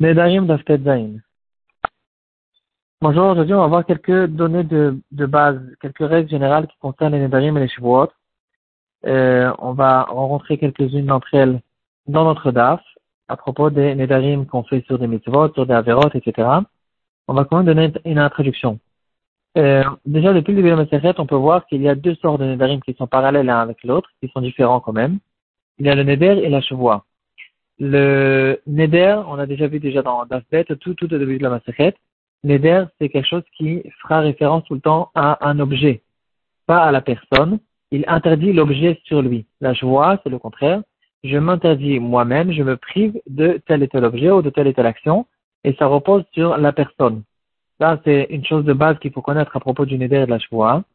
Nedarim Daf Tet Zayin. Bonjour, aujourd'hui on va voir quelques données de base, quelques règles générales qui concernent les Nedarim et les Shavuot. On va rencontrer quelques-unes d'entre elles dans notre Daf, à propos des Nedarim qu'on fait sur des mitzvot, sur des averot, etc. On va quand même donner une introduction. Déjà depuis le début de la Masechet, on peut voir qu'il y a deux sortes de Nedarim qui sont parallèles l'un avec l'autre, qui sont différents quand même. Il y a le Neder et la Shavua. Le Neder, on a déjà vu dans Daf Bet, tout au début de la Masechet. Neder, c'est quelque chose qui fera référence tout le temps à un objet, pas à la personne. Il interdit l'objet sur lui. La joie, c'est le contraire. Je m'interdis moi-même, je me prive de tel et tel objet ou de telle et telle action, et ça repose sur la personne. Ça, c'est une chose de base qu'il faut connaître à propos du Neder et de la joie.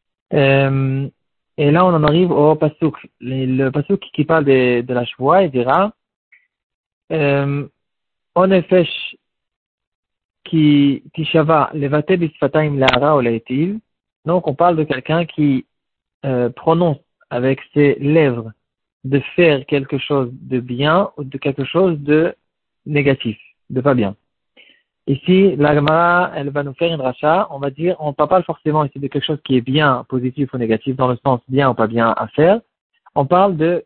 Et là, on en arrive au Pasuk. Le Pasuk qui parle de la joie, il dira, en effet, qui tishava levate bisfataim la'ara ou la'etiv. Donc, on parle de quelqu'un qui prononce avec ses lèvres de faire quelque chose de bien ou de quelque chose de négatif, de pas bien. Ici, la Gemara, elle va nous faire une racha. On va dire, on ne parle pas forcément ici de quelque chose qui est bien, positif ou négatif, dans le sens bien ou pas bien à faire. On parle de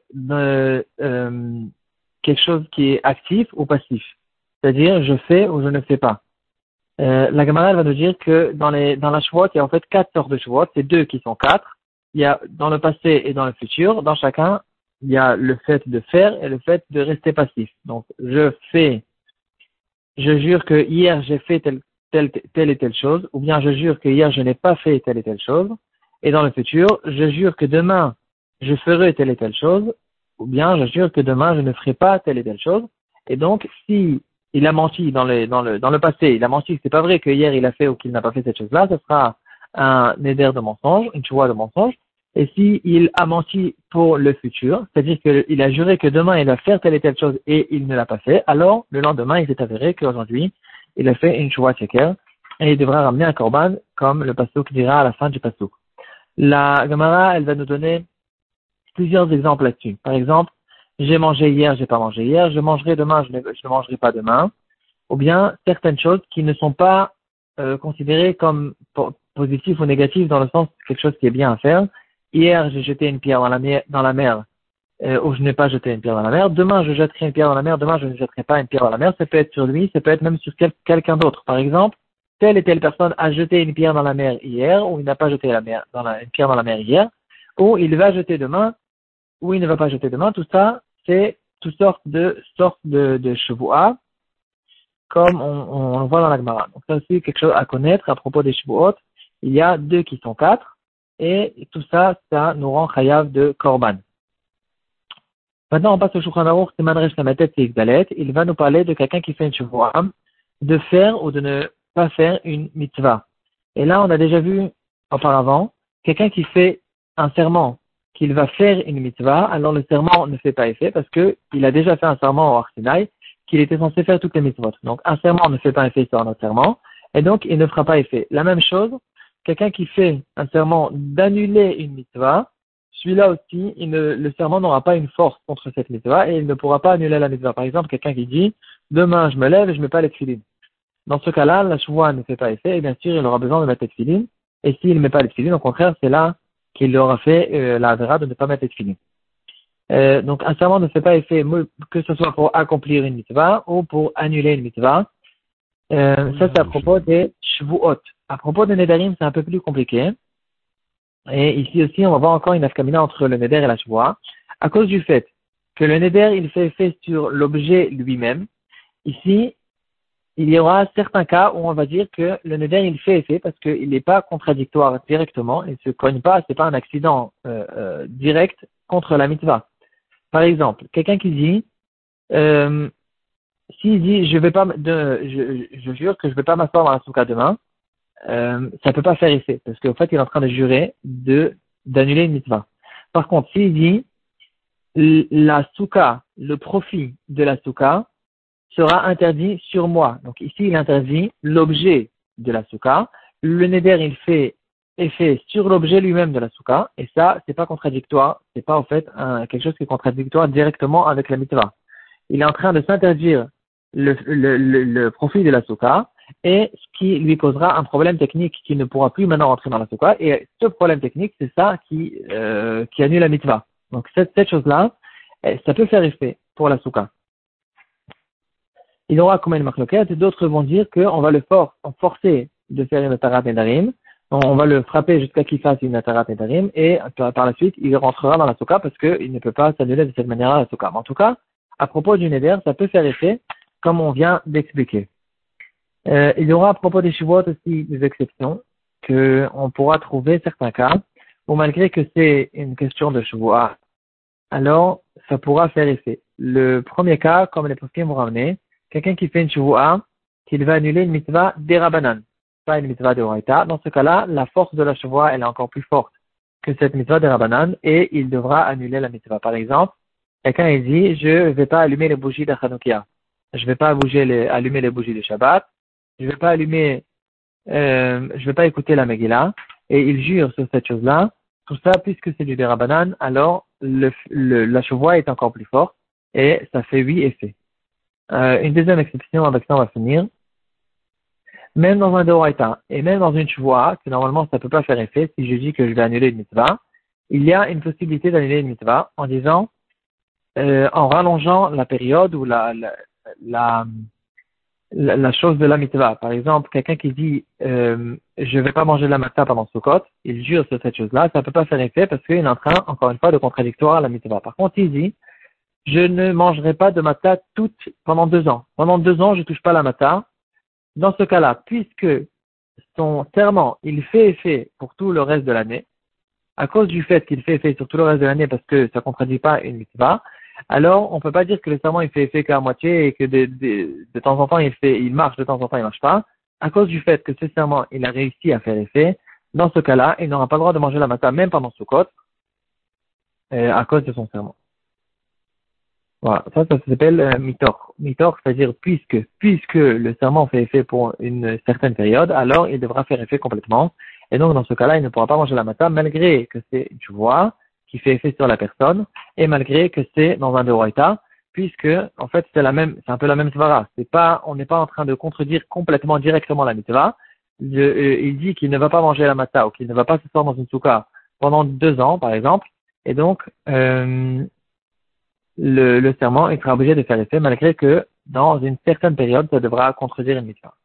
quelque chose qui est actif ou passif. C'est-à-dire, je fais ou je ne fais pas. La Gemara, elle va nous dire que dans la Shavuot, il y a en fait 4 sortes de Shavuot. C'est 2 qui sont 4. Il y a dans le passé et dans le futur. Dans chacun, il y a le fait de faire et le fait de rester passif. Donc, je jure que hier j'ai fait telle et telle chose, ou bien je jure que hier je n'ai pas fait telle et telle chose. Et dans le futur, je jure que demain je ferai telle et telle chose, ou bien je jure que demain je ne ferai pas telle et telle chose. Et donc, si il a menti dans le passé, il a menti que c'est pas vrai que hier il a fait ou qu'il n'a pas fait cette chose-là, ce sera un neder de mensonge, une choix de mensonge. Et si il a menti pour le futur, c'est-à-dire qu'il a juré que demain il va faire telle et telle chose et il ne l'a pas fait, alors le lendemain il s'est avéré qu'aujourd'hui il a fait une choix tcheker et il devra ramener un korban comme le pasuk dira à la fin du pasuk. La Gemara, elle va nous donner plusieurs exemples là-dessus. Par exemple, j'ai mangé hier, j'ai pas mangé hier, je mangerai demain, je ne mangerai pas demain. Ou bien certaines choses qui ne sont pas considérées comme positives ou négatives dans le sens de quelque chose qui est bien à faire. Hier, j'ai jeté une pierre dans la mer ou je n'ai pas jeté une pierre dans la mer. Demain, je jetterai une pierre dans la mer. Demain, je ne jetterai pas une pierre dans la mer. Ça peut être sur lui, ça peut être même sur quelqu'un d'autre. Par exemple, telle et telle personne a jeté une pierre dans la mer hier ou il n'a pas jeté une pierre dans la mer hier ou il va jeter demain ou il ne va pas jeter demain. Tout ça, c'est toutes sortes de Shavuot, comme on le voit dans la Gemara. Donc, ça aussi quelque chose à connaître à propos des Shavuot. Il y a 2 qui sont 4, et tout ça, ça nous rend chayav de Korban. Maintenant, on passe au Shulchan Aruch, c'est Manresh Lamatet, c'est Igdalet. Il va nous parler de quelqu'un qui fait une Shavuot, de faire ou de ne pas faire une mitzvah. Et là, on a déjà vu auparavant, quelqu'un qui fait un serment qu'il va faire une mitzvah, alors le serment ne fait pas effet parce que il a déjà fait un serment au Har Sinai qu'il était censé faire toutes les mitzvot. Donc, un serment ne fait pas effet sur un autre serment, et donc il ne fera pas effet. La même chose, quelqu'un qui fait un serment d'annuler une mitzvah, celui-là aussi, le serment n'aura pas une force contre cette mitzvah et il ne pourra pas annuler la mitzvah. Par exemple, quelqu'un qui dit, demain je me lève et je mets pas les tefilines. Dans ce cas-là, la choua ne fait pas effet et bien sûr, il aura besoin de mettre les tefilines. Et s'il ne met pas les tefilines, au contraire, c'est là qu'il aura fait la avera de ne pas mettre les tefilines. Donc, un serment ne fait pas effet, que ce soit pour accomplir une mitzvah ou pour annuler une mitzvah. Ça, c'est à propos des shvuot. À propos des nedarim, c'est un peu plus compliqué. Et ici aussi, on va voir encore une afkamina entre le neder et la shvuah. À cause du fait que le neder, il fait effet sur l'objet lui-même. Ici, il y aura certains cas où on va dire que le neder, il fait effet parce qu'il n'est pas contradictoire directement. Il ne se cogne pas, c'est pas un accident direct contre la mitzvah. Par exemple, quelqu'un qui dit, s'il dit, je jure que je vais pas m'asseoir dans la souka demain, ça peut pas faire effet, parce qu'en fait, il est en train de jurer d'annuler une mitzvah. Par contre, s'il dit, la souka, le profit de la souka sera interdit sur moi. Donc ici, il interdit l'objet de la souka. Le neder, il fait effet sur l'objet lui-même de la souka, et ça, c'est pas contradictoire, c'est pas en fait quelque chose qui est contradictoire directement avec la mitzvah. Il est en train de s'interdire le profit de la souka et ce qui lui causera un problème technique qui ne pourra plus maintenant rentrer dans la souka. Et ce problème technique, c'est ça qui annule la mitzvah. Donc cette chose-là, ça peut faire effet pour la souka. Il aura comme une marloquette, d'autres vont dire qu'on va le forcer de faire une atarat nedarim, on va le frapper jusqu'à qu'il fasse une atarat nedarim, et par la suite, il rentrera dans la souka parce qu'il ne peut pas s'annuler de cette manière-là la souka. Mais en tout cas, à propos du neder, ça peut faire effet, comme on vient d'expliquer. Il y aura à propos des shivot aussi des exceptions, qu'on pourra trouver certains cas, où malgré que c'est une question de shivua, alors ça pourra faire effet. Le premier cas, comme les poskim vont ramener, quelqu'un qui fait une shuvua, qu'il va annuler une mitzvah derabanan, pas une mitzvah de oraita. Dans ce cas-là, la force de la shuvua, elle est encore plus forte que cette mitzvah derabanan et il devra annuler la mitzvah. Par exemple, quelqu'un il dit, je ne vais pas allumer les bougies de Hanoukia. Je ne vais pas allumer les bougies de Shabbat. Je ne vais pas je vais pas écouter la Megillah. Et il jure sur cette chose-là. Tout ça, puisque c'est du derabanan, alors la shuvua est encore plus forte et ça fait 8 effets. Une deuxième exception, avec ça on va finir. Même dans un deoraita et même dans une shuvua, que normalement ça peut pas faire effet, si je dis que je vais annuler une mitzvah, il y a une possibilité d'annuler une mitzvah en disant, en rallongeant la période ou la chose de la mitzvah. Par exemple, quelqu'un qui dit, je vais pas manger la matzah pendant Sukkot, il jure sur cette chose-là, ça peut pas faire effet parce qu'il est en train, encore une fois, de contradictoire à la mitzvah. Par contre, il dit, je ne mangerai pas de matzah pendant 2 ans. Pendant 2 ans, je touche pas la matzah. Dans ce cas-là, puisque son serment, il fait effet pour tout le reste de l'année, à cause du fait qu'il fait effet sur tout le reste de l'année parce que ça contredit pas une mitzvah, alors on peut pas dire que le serment il fait effet qu'à moitié et que de temps en temps il marche, de temps en temps il marche pas. À cause du fait que ce serment, il a réussi à faire effet, dans ce cas-là, il n'aura pas le droit de manger la matzah même pendant Sukkot, à cause de son serment. Voilà, ça s'appelle mitor. Mitor, c'est-à-dire puisque le serment fait effet pour une certaine période, alors il devra faire effet complètement. Et donc dans ce cas-là, il ne pourra pas manger la matzah malgré que c'est une shuvua qui fait effet sur la personne et malgré que c'est dans un deoraita, puisque en fait c'est un peu la même svara. On n'est pas en train de contredire complètement directement la mitzvah. Il dit qu'il ne va pas manger la matzah ou qu'il ne va pas se sortir dans une soukha pendant 2 ans, par exemple, et donc le serment il sera obligé de faire effet malgré que dans une certaine période, ça devra contredire une mitzvah.